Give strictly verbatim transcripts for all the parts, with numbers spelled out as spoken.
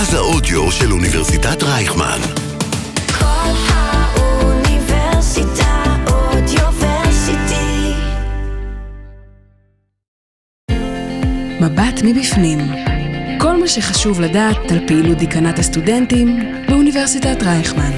מרכז האודיו של אוניברסיטת רייכמן. כל האוניברסיטה אודיוורסיטי. מבט מבפנים. כל מה שחשוב לדעת על פעילות דיקנת הסטודנטים באוניברסיטת רייכמן.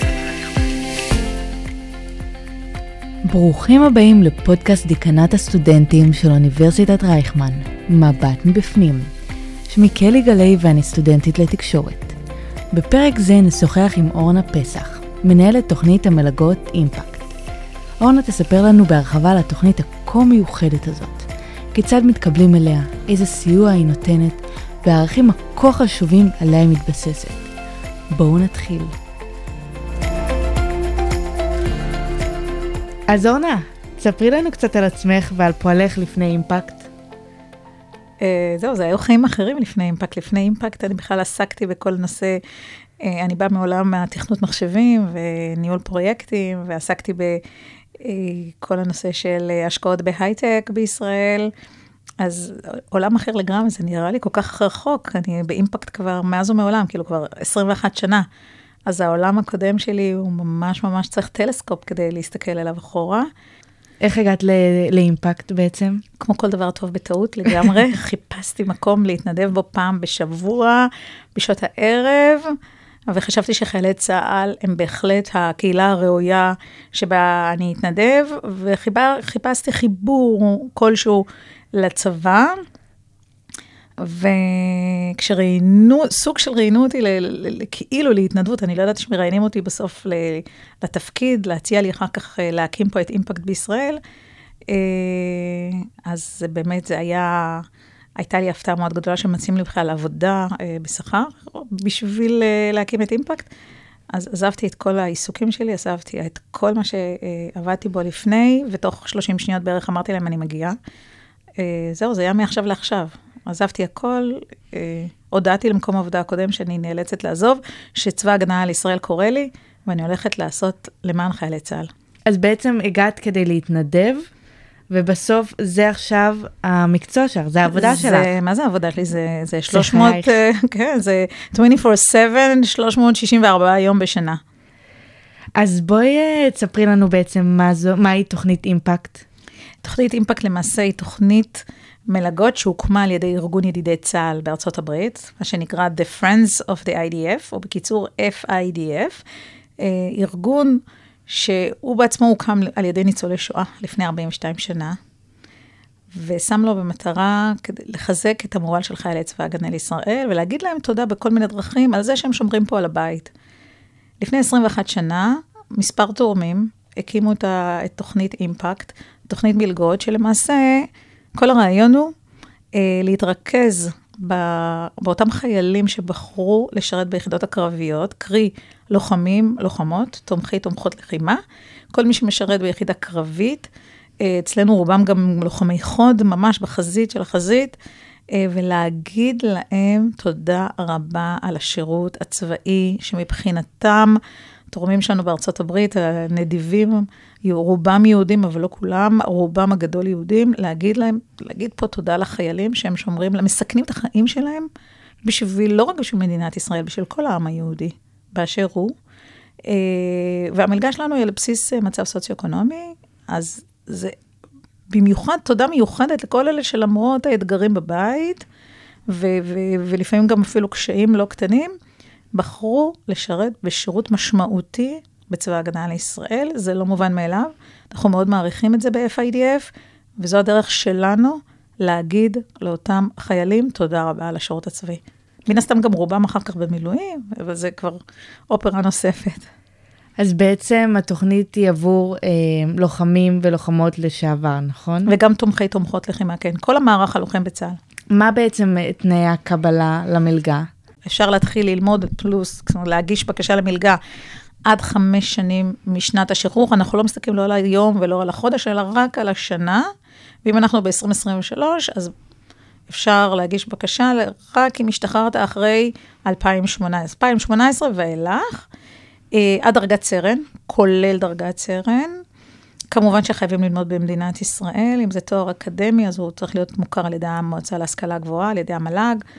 ברוכים הבאים לפודקאסט דיקנת הסטודנטים של אוניברסיטת רייכמן, מבט מבפנים. שמי קלי גלי ואני סטודנטית לתקשורת. בפרק זה נשוחח עם אורנה פסח, מנהלת תוכנית המלגות אימפקט. אורנה תספר לנו בהרחבה על התוכנית הכה מיוחדת הזאת, כיצד מתקבלים אליה, איזה סיוע היא נותנת, והערכים הכה חשובים עליה היא מתבססת. בואו נתחיל. אז אורנה, תספרי לנו קצת על עצמך ועל פועלך לפני אימפקט. זהו, זה היו חיים אחרים לפני אימפקט. לפני אימפקט אני בכלל עסקתי בכל נושא, אני באה מעולם מהתכנות מחשבים וניהול פרויקטים, ועסקתי בכל הנושא של השקעות בהייטק בישראל, אז עולם אחר לגמרי, זה נראה לי כל כך רחוק, אני באימפקט כבר מאז ומעולם, כאילו כבר עשרים ואחת שנה, אז העולם הקודם שלי הוא ממש ממש צריך טלסקופ כדי להסתכל עליו אחורה. איך הגעת לאימפקט בעצם? כמו כל דבר טוב בטעות לגמרי, חיפשתי מקום להתנדב בו פעם בשבוע, בשעות הערב, וחשבתי שחיילי צה"ל הם בהחלט הקהילה הראויה שבה אני אתנדב, וחיפשתי חיבור כלשהו לצבא, וכשראיינו, סוג של ראיינו אותי כאילו להתנדבות, אני לא יודעת שמראיינים אותי בסוף לתפקיד, להציע לי אחר כך להקים פה את אימפקט בישראל, אז באמת זה היה, הייתה לי הפתעה מאוד גדולה שמציעים לי בכלל עבודה בשכר, בשביל להקים את אימפקט, אז עזבתי את כל העיסוקים שלי, עזבתי את כל מה שעבדתי בו לפני, ותוך שלושים שניות בערך אמרתי להם אני מגיעה, זהו, זה היה מעכשיו לעכשיו. עזבתי הכל, הודעתי למקום העבודה הקודם שאני נאלצת לעזוב, שצבא הגנה על ישראל קורא לי, ואני הולכת לעשות למען חיילי צה"ל. אז בעצם הגעת כדי להתנדב, ובסוף זה עכשיו המקצוע שלך, זה העבודה שלך. מה זה העבודה שלי? זה, זה שלוש מאות, כן, זה עשרים וארבע שבע, שלוש מאות שישים וארבע יום בשנה. אז בואי תספרי לנו בעצם מה זו, מהי תוכנית אימפקט. תוכנית אימפקט למעשה היא תוכנית מלגות שהוקמה על ידי ארגון ידידי צה"ל בארצות הברית, מה שנקרא The Friends of the איי די אף, או בקיצור F I D F, ארגון שהוא בעצמו הוקם על ידי ניצולי שואה לפני ארבעים ושתיים שנה, ושם לו במטרה לחזק את המורל של חיילי צבא הגנה לישראל, ולהגיד להם תודה בכל מיני דרכים על זה שהם שומרים פה על הבית. לפני עשרים ואחת שנה, מספר תורמים הקימו את, ה, את תוכנית אימפקט, תוכנית מלגות, שלמעשה כל הרעיון הוא אה, להתרכז ב, באותם חיילים שבחרו לשרת ביחידות הקרביות, קרי לוחמים, לוחמות, תומכי, תומכות לחימה, כל מי שמשרת ביחידה קרבית, אה, אצלנו רובם גם לוחמי חוד, ממש בחזית של החזית, אה, ולהגיד להם תודה רבה על השירות הצבאי, שמבחינתם, תורמים שלנו בארצות הברית, הנדיבים, רובם יהודים, אבל לא כולם, רובם הגדול יהודים, להגיד להם, להגיד פה תודה לחיילים שהם שומרים, מסכנים את החיים שלהם, בשביל, לא רק בשביל מדינת ישראל, בשביל כל העם היהודי, באשר הוא. והמלגה שלנו היא על בסיס מצב סוציו-אקונומי, אז זה במיוחד, תודה מיוחדת לכל אלה שלמרות האתגרים בבית, ו- ו- ולפעמים גם אפילו קשיים לא קטנים, בחרו לשרת בשירות משמעותי בצבא הגנה לישראל, זה לא מובן מאליו, אנחנו מאוד מעריכים את זה ב-F I D F, וזו הדרך שלנו להגיד לאותם חיילים, תודה רבה על השירות הצבאי. מן הסתם גם רובם אחר כך במילואים, אבל זה כבר אופרה נוספת. אז בעצם התוכנית היא עבור אה, לוחמים ולוחמות לשעבר, נכון? וגם תומכי תומכות לחימה, כן. כל המערך הלוחם בצה"ל. מה בעצם תנאי הקבלה למלגה? אפשר להתחיל ללמוד פלוס, זאת אומרת, להגיש בקשה למלגה עד חמש שנים משנת השחרור. אנחנו לא מסתכלים לא על היום ולא על החודש, אלא רק על השנה. ואם אנחנו ב-עשרים עשרים ושלוש, אז אפשר להגיש בקשה רק אם השתחררת אחרי אלפיים שמונה עשרה. אלפיים שמונה עשרה ואילך, עד דרגת סרן, כולל דרגת סרן. כמובן שחייבים ללמוד במדינת ישראל, אם זה תואר אקדמי, אז הוא צריך להיות מוכר על ידי המועצה להשכלה גבוהה, על ידי המל"ג.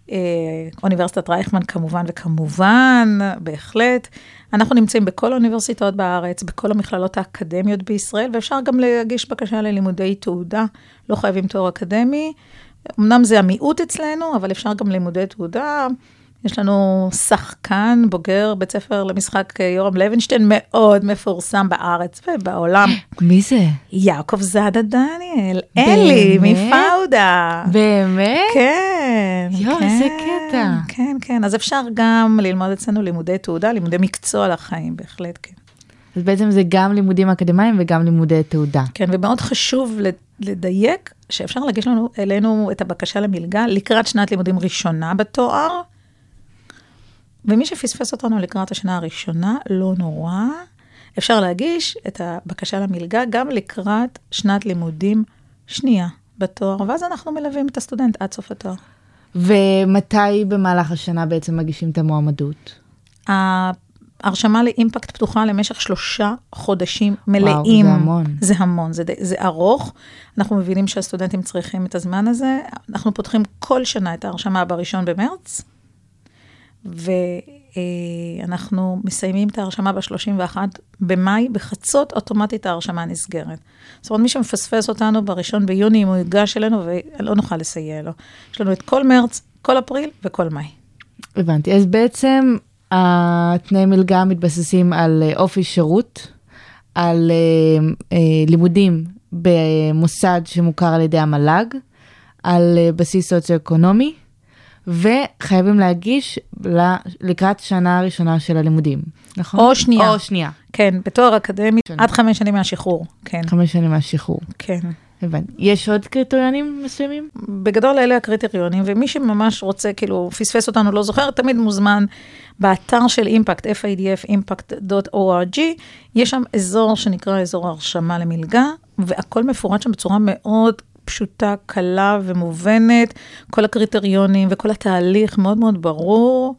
אוניברסיטת רייכמן כמובן וכמובן, בהחלט. אנחנו נמצאים בכל האוניברסיטאות בארץ, בכל המכללות האקדמיות בישראל, ואפשר גם להגיש בקשה ללימודי תעודה, לא חייבים תואר אקדמי. אמנם זה המיעוט אצלנו, אבל אפשר גם לימודי תעודה. יש לנו שחקן, בוגר בית ספר למשחק יורם לוינשטיין, מאוד מפורסם בארץ ובעולם. מי זה? יעקב זאדה דניאל, אלי מפאודה. באמת? כן. יו, כן, איזה קטע. כן, כן. אז אפשר גם ללמוד אצלנו לימודי תעודה, לימודי מקצוע לחיים, בהחלט, כן. אז בעצם זה גם לימודים אקדמיים וגם לימודי תעודה. כן, ומאוד חשוב לדייק שאפשר להגיש לנו אלינו את הבקשה למלגה לקראת שנת לימודים ראשונה בתואר, ומי שפספס אותנו לקראת השנה הראשונה, לא נורא, אפשר להגיש את הבקשה למלגה גם לקראת שנת לימודים שנייה בתואר, ואז אנחנו מלווים את הסטודנט עד סוף התואר. ומתי במהלך השנה בעצם מגישים את המועמדות? ההרשמה לאימפקט פתוחה למשך שלושה חודשים מלאים. וואו, זה המון. זה המון, זה, זה ארוך. אנחנו מבינים שהסטודנטים צריכים את הזמן הזה. אנחנו פותחים כל שנה את ההרשמה בראשון במרץ, ואנחנו מסיימים את ההרשמה ב-שלושים ואחד במאי, בחצות אוטומטית ההרשמה נסגרת. זאת אומרת, מי שמפספס אותנו בראשון ביוני, אם הוא ייגש אלינו, ולא נוכל לסייע לו. יש לנו את כל מרץ, כל אפריל וכל מאי. הבנתי. אז בעצם התנאי מלגה מתבססים על אופי שירות, על לימודים במוסד שמוכר על ידי המל"ג, על בסיס סוציו-אקונומי, וחייבים להגיש לקראת שנה הראשונה של הלימודים, נכון? או שנייה. או שנייה. כן, בתואר אקדמי, עד חמש שנים מהשחרור, כן. חמש שנים מהשחרור. כן. הבנתי. יש עוד קריטריונים מסוימים? בגדול אלה הקריטריונים, ומי שממש רוצה, כאילו, פספס אותנו, לא זוכר, תמיד מוזמן באתר של אימפקט, אף איי די אף אימפקט דוט או אר ג'י, יש שם אזור שנקרא אזור הרשמה למלגה, והכל מפורט שם בצורה מאוד פשוטה, קלה ומובנת, כל הקריטריונים וכל התהליך מאוד מאוד ברור,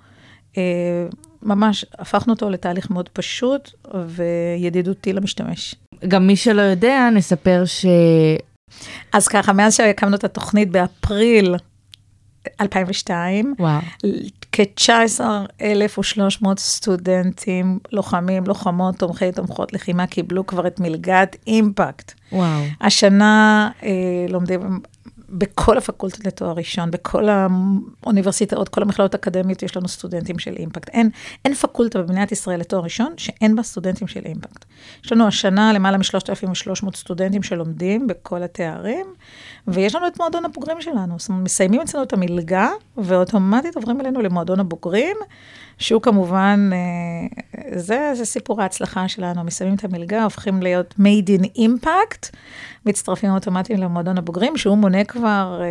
ממש הפכנו אותו לתהליך מאוד פשוט וידידותי למשתמש. גם מי שלא יודע, נספר ש... אז ככה, מאז שהקמנו את התוכנית באפריל אלפיים ושתיים, וואו. כ-תשע עשרה אלף ושלוש מאות סטודנטים, לוחמים, לוחמות, תומכי, תומכות לחימה, קיבלו כבר את מלגת אימפקט. וואו. השנה אה, לומדים בכל הפקולטות לתואר ראשון, בכל האוניברסיטאות, כל המכללות האקדמיות, יש לנו סטודנטים של אימפקט. אין, אין פקולטה במדינת ישראל לתואר ראשון, שאין בה סטודנטים של אימפקט. יש לנו השנה למעלה מ-שלושת אלפים ושלוש מאות סטודנטים שלומדים בכל התארים, ויש לנו את מועדון הבוגרים שלנו. זאת אומרת, מסיימים אצלנו את המלגה, ואוטומטית עוברים אלינו למועדון הבוגרים, שהוא כמובן, זה, זה סיפור ההצלחה שלנו. מסיימים את המלגה, הופכים להיות made in impact, מצטרפים אוטומטיים למועדון הבוגרים, שהוא מונה כבר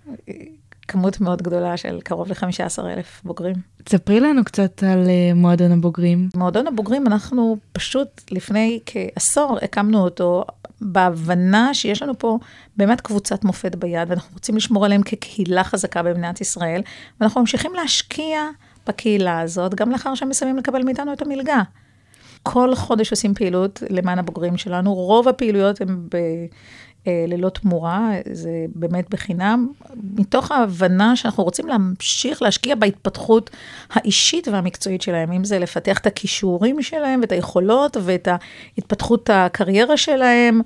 כמות מאוד גדולה של קרוב ל-חמישה עשר אלף בוגרים. תספרי לנו קצת על מועדון הבוגרים. מועדון הבוגרים, אנחנו פשוט לפני כעשור הקמנו אותו, בהבנה שיש לנו פה באמת קבוצת מופת ביד, ואנחנו רוצים לשמור עליהם כקהילה חזקה במדינת ישראל, ואנחנו ממשיכים להשקיע בקהילה הזאת, גם לאחר שהם מסיימים לקבל מאיתנו את המלגה. כל חודש עושים פעילות למען הבוגרים שלנו, רוב הפעילויות הן ב... ללא תמורה, זה באמת בחינם, מתוך ההבנה שאנחנו רוצים להמשיך להשקיע בהתפתחות האישית והמקצועית שלהם, אם זה לפתח את הכישורים שלהם, ואת היכולות, ואת ההתפתחות הקריירה שלהם,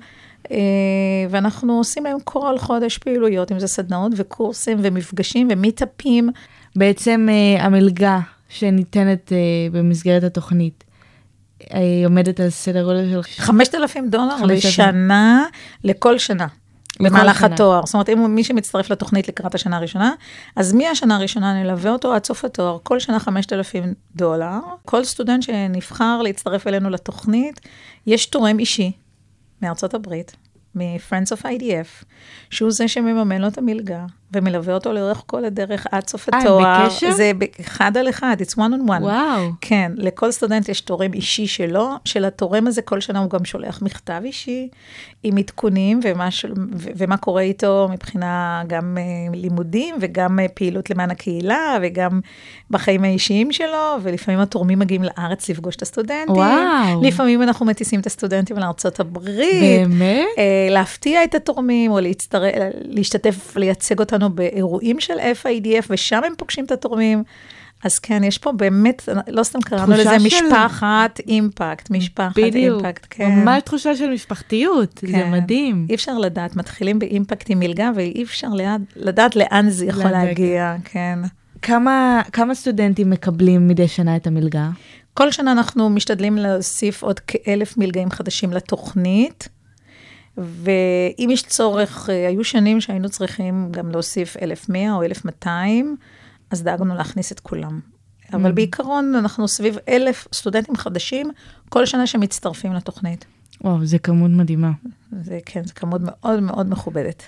ואנחנו עושים להם כל חודש פעילויות, אם זה סדנאות וקורסים ומפגשים ומיטאפים. בעצם המלגה שניתנת במסגרת התוכנית, היא עומדת על סדר גודל של חמשת אלפים דולר בשנה, לכל שנה, במהלך התואר. זאת אומרת, אם מי שמצטרף לתוכנית לקראת השנה הראשונה, אז מהשנה הראשונה נלווה אותו עד סוף התואר, כל שנה חמשת אלפים דולר. כל סטודנט שנבחר להצטרף אלינו לתוכנית, יש תורם אישי מארצות הברית, מ-Friends of איי די אף, שהוא זה שמממן לו את המלגה, ומלווה אותו לאורך כל הדרך עד סוף התואר. אה, בקשר? זה אחד על אחד, it's one on one. וואו. כן, לכל סטודנט יש תורם אישי שלו, של התורם הזה כל שנה הוא גם שולח מכתב אישי, עם עדכונים, ומה, ו- ומה קורה איתו מבחינה גם uh, לימודים, וגם uh, פעילות למען הקהילה, וגם בחיים האישיים שלו, ולפעמים התורמים מגיעים לארץ לפגוש את הסטודנטים. וואו. לפעמים אנחנו מטיסים את הסטודנטים לארצות הברית. באמת? Uh, להפתיע את התורמים, או להצטר... להשתתף, לייצג אותנו אותנו באירועים של F I D F, ושם הם פוגשים את התורמים. אז כן, יש פה באמת, לא סתם קראנו לזה של... משפחת אימפקט, משפחת בדיוק. אימפקט, כן. ממש תחושה של משפחתיות, כן. זה מדהים. אי אפשר לדעת, מתחילים באימפקט עם מלגה, ואי אפשר ליד, לדעת לאן זה יכול להגיע, כן. כמה, כמה סטודנטים מקבלים מדי שנה את המלגה? כל שנה אנחנו משתדלים להוסיף עוד כאלף מלגאים חדשים לתוכנית, ואם יש צורך, היו שנים שהיינו צריכים גם להוסיף אלף מאה או אלף מאתיים, אז דאגנו להכניס את כולם. אבל mm. בעיקרון אנחנו סביב אלף סטודנטים חדשים, כל שנה שמצטרפים לתוכנית. וואו, זה כמות מדהימה. זה, כן, זה כמות מאוד מאוד מכובדת.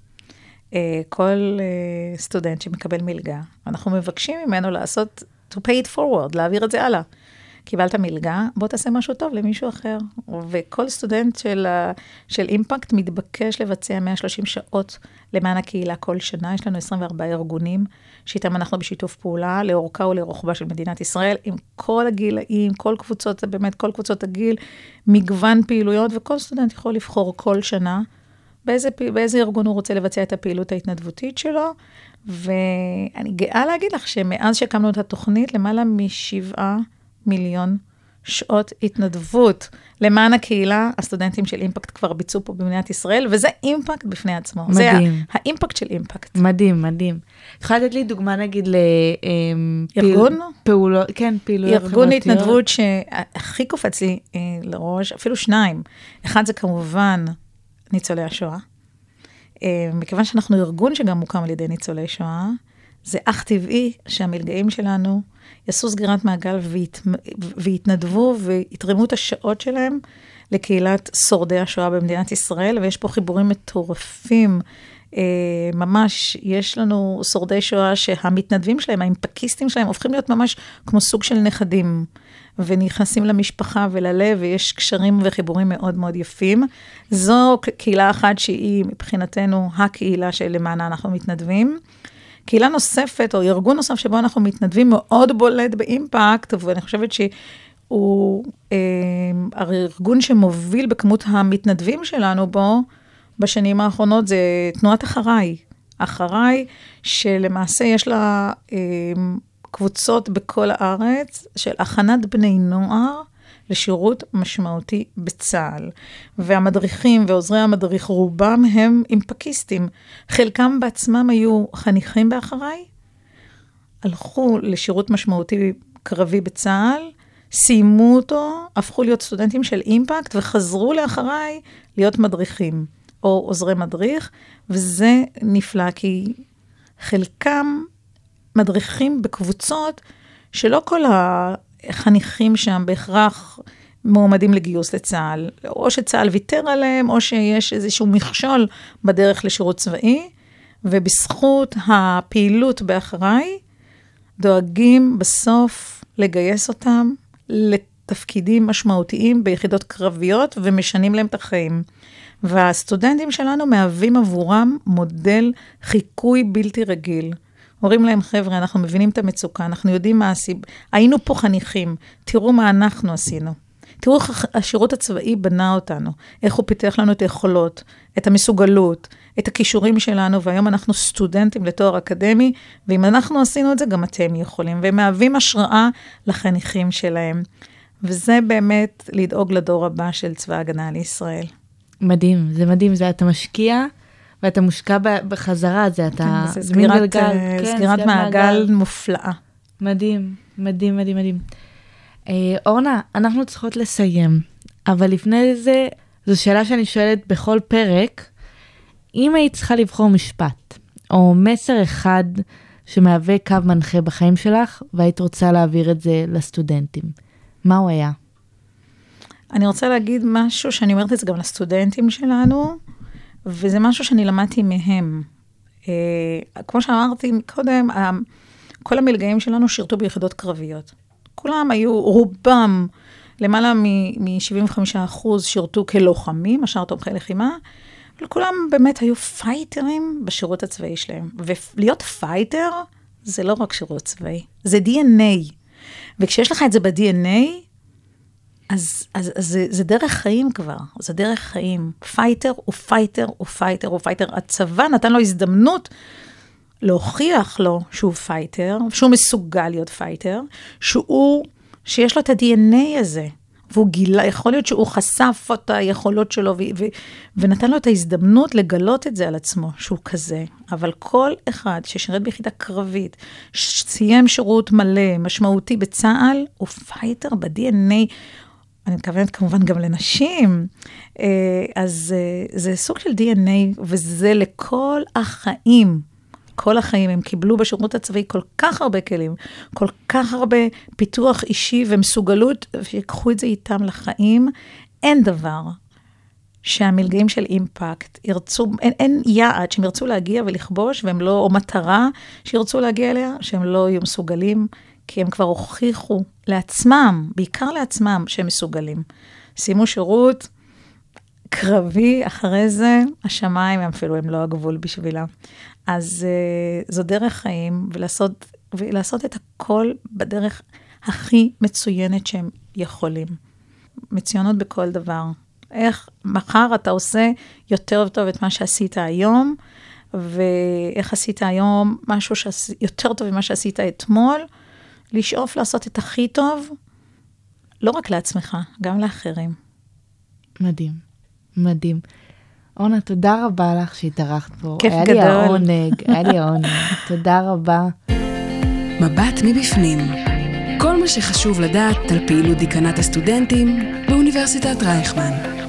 כל סטודנט שמקבל מלגה, אנחנו מבקשים ממנו לעשות, to pay it forward, להעביר את זה הלאה. קיבלת מלגה, בוא תעשה משהו טוב למישהו אחר. וכל סטודנט של, של אימפקט מתבקש לבצע מאה ושלושים שעות למען הקהילה כל שנה. יש לנו עשרים וארבעה ארגונים, שאיתם אנחנו בשיתוף פעולה, לאורכה ולרוחבה של מדינת ישראל, עם כל הגילאים, כל קבוצות, באמת כל קבוצות הגיל, מגוון פעילויות, וכל סטודנט יכול לבחור כל שנה, באיזה, באיזה ארגון הוא רוצה לבצע את הפעילות ההתנדבותית שלו, ואני גאה להגיד לך שמאז שהקמנו את התוכנית, למעלה משבעה מיליון שעות התנדבות למען הקהילה, הסטודנטים של אימפקט כבר ביצעו פה במדינת ישראל, וזה אימפקט בפני עצמו. מדהים. זה האימפקט של אימפקט. מדהים, מדהים. יכולה לתת לי דוגמה, נגיד, לארגון? פעולות, כן, פעילויות חברתיות. ארגון התנדבות שהכי קופץ לי לראש, אפילו שניים. אחד זה כמובן ניצולי השואה. מכיוון שאנחנו ארגון שגם מוקם על ידי ניצולי שואה, זה אך טבעי שהמלגאים שלנו יעשו סגירת מעגל והת... והתנדבו ויתרמו את השעות שלהם לקהילת שורדי השואה במדינת ישראל, ויש פה חיבורים מטורפים, אה, ממש יש לנו שורדי שואה שהמתנדבים שלהם, האימפקיסטים שלהם, הופכים להיות ממש כמו סוג של נכדים, ונכנסים למשפחה וללב, ויש קשרים וחיבורים מאוד מאוד יפים. זו קהילה אחת שהיא מבחינתנו הקהילה שלמענה אנחנו מתנדבים. קהילה נוספת, או ארגון נוסף שבו אנחנו מתנדבים מאוד בולט באימפקט, ואני חושבת שהוא אה, הארגון שמוביל בכמות המתנדבים שלנו בו, בשנים האחרונות זה תנועת אחריי. אחריי, שלמעשה יש לה אה, קבוצות בכל הארץ, של הכנת בני נוער, לשירות משמעותי בצה"ל. והמדריכים ועוזרי המדריך, רובם הם אימפקיסטים. חלקם בעצמם היו חניכים באחריי, הלכו לשירות משמעותי קרבי בצה"ל, סיימו אותו, הפכו להיות סטודנטים של אימפקט, וחזרו לאחריי להיות מדריכים, או עוזרי מדריך, וזה נפלא, כי חלקם מדריכים בקבוצות, שלא כל ה... חניכים שם בהכרח מועמדים לגיוס לצה"ל, או שצה"ל ויתר עליהם, או שיש איזשהו מכשול בדרך לשירות צבאי, ובזכות הפעילות באחריי, דואגים בסוף לגייס אותם לתפקידים משמעותיים ביחידות קרביות, ומשנים להם את החיים. והסטודנטים שלנו מהווים עבורם מודל חיקוי בלתי רגיל. אומרים להם, חבר'ה, אנחנו מבינים את המצוקה, אנחנו יודעים מה עשינו, היינו פה חניכים, תראו מה אנחנו עשינו. תראו איך השירות הצבאי בנה אותנו, איך הוא פיתח לנו את היכולות, את המסוגלות, את הכישורים שלנו, והיום אנחנו סטודנטים לתואר אקדמי, ואם אנחנו עשינו את זה, גם אתם יכולים, והם מהווים השראה לחניכים שלהם. וזה באמת לדאוג לדור הבא של צבא ההגנה לישראל. מדהים, זה מדהים, זה אתה משקיע, ואתה מושקע בחזרה, זה אתה... כן, זה סגירת, גלגל, כן, סגירת מעגל מופלאה. מדהים, מדהים, מדהים, מדהים. אה, אורנה, אנחנו צריכות לסיים, אבל לפני זה, זו שאלה שאני שואלת בכל פרק, אם היית צריכה לבחור משפט, או מסר אחד שמהווה קו מנחה בחיים שלך, והיית רוצה להעביר את זה לסטודנטים, מה הוא היה? אני רוצה להגיד משהו שאני אומרת את זה גם לסטודנטים שלנו, וזה משהו שאני למדתי מהם. אה, כמו שאמרתי קודם, כל המלגאים שלנו שירתו ביחידות קרביות. כולם היו, רובם, למעלה מ-שבעים וחמישה אחוז שירתו כלוחמים, השאר תומכי לחימה, אבל כולם באמת היו פייטרים בשירות הצבאי שלהם. ולהיות פייטר זה לא רק שירות צבאי, זה די אן איי. וכשיש לך את זה ב-די אן איי, אז, אז, אז זה, זה דרך חיים כבר, זה דרך חיים. פייטר הוא פייטר הוא פייטר הוא פייטר. הצבא נתן לו הזדמנות להוכיח לו שהוא פייטר, שהוא מסוגל להיות פייטר, שהוא, שיש לו את ה-די אן איי הזה, והוא גילה, יכול להיות שהוא חשף את היכולות שלו, ו- ו- ונתן לו את ההזדמנות לגלות את זה על עצמו, שהוא כזה. אבל כל אחד ששירת ביחידה קרבית, סיים שירות מלא, משמעותי בצה"ל, הוא פייטר ב-די אן איי, אני מתכוונת כמובן גם לנשים, אז זה סוג של די אן איי, וזה לכל החיים, כל החיים, הם קיבלו בשירות הצבאי כל כך הרבה כלים, כל כך הרבה פיתוח אישי ומסוגלות, שיקחו את זה איתם לחיים. אין דבר שהמלגאים של אימפקט ירצו, אין, אין יעד שהם ירצו להגיע ולכבוש, והם לא, או מטרה שירצו להגיע אליה, שהם לא יהיו מסוגלים, כי הם כבר הוכיחו לעצמם, בעיקר לעצמם, שהם מסוגלים. שימו שירות קרבי, אחרי זה, השמיים הם אפילו הם לא הגבול בשבילם. אז uh, זו דרך חיים, ולעשות, ולעשות את הכל בדרך הכי מצוינת שהם יכולים. מצוינות בכל דבר. איך מחר אתה עושה יותר טוב את מה שעשית היום, ואיך עשית היום משהו שעשי, יותר טוב ממה שעשית אתמול, לשאוף לעשות את הכי טוב, לא רק לעצמך, גם לאחרים. מדהים, מדהים. אורנה, תודה רבה לך שהתארחת פה. כיף היה גדול. לי העונג, היה לי העונג. תודה רבה. מבט מבפנים. כל מה שחשוב לדעת על פעילות דיקנת הסטודנטים באוניברסיטת רייכמן.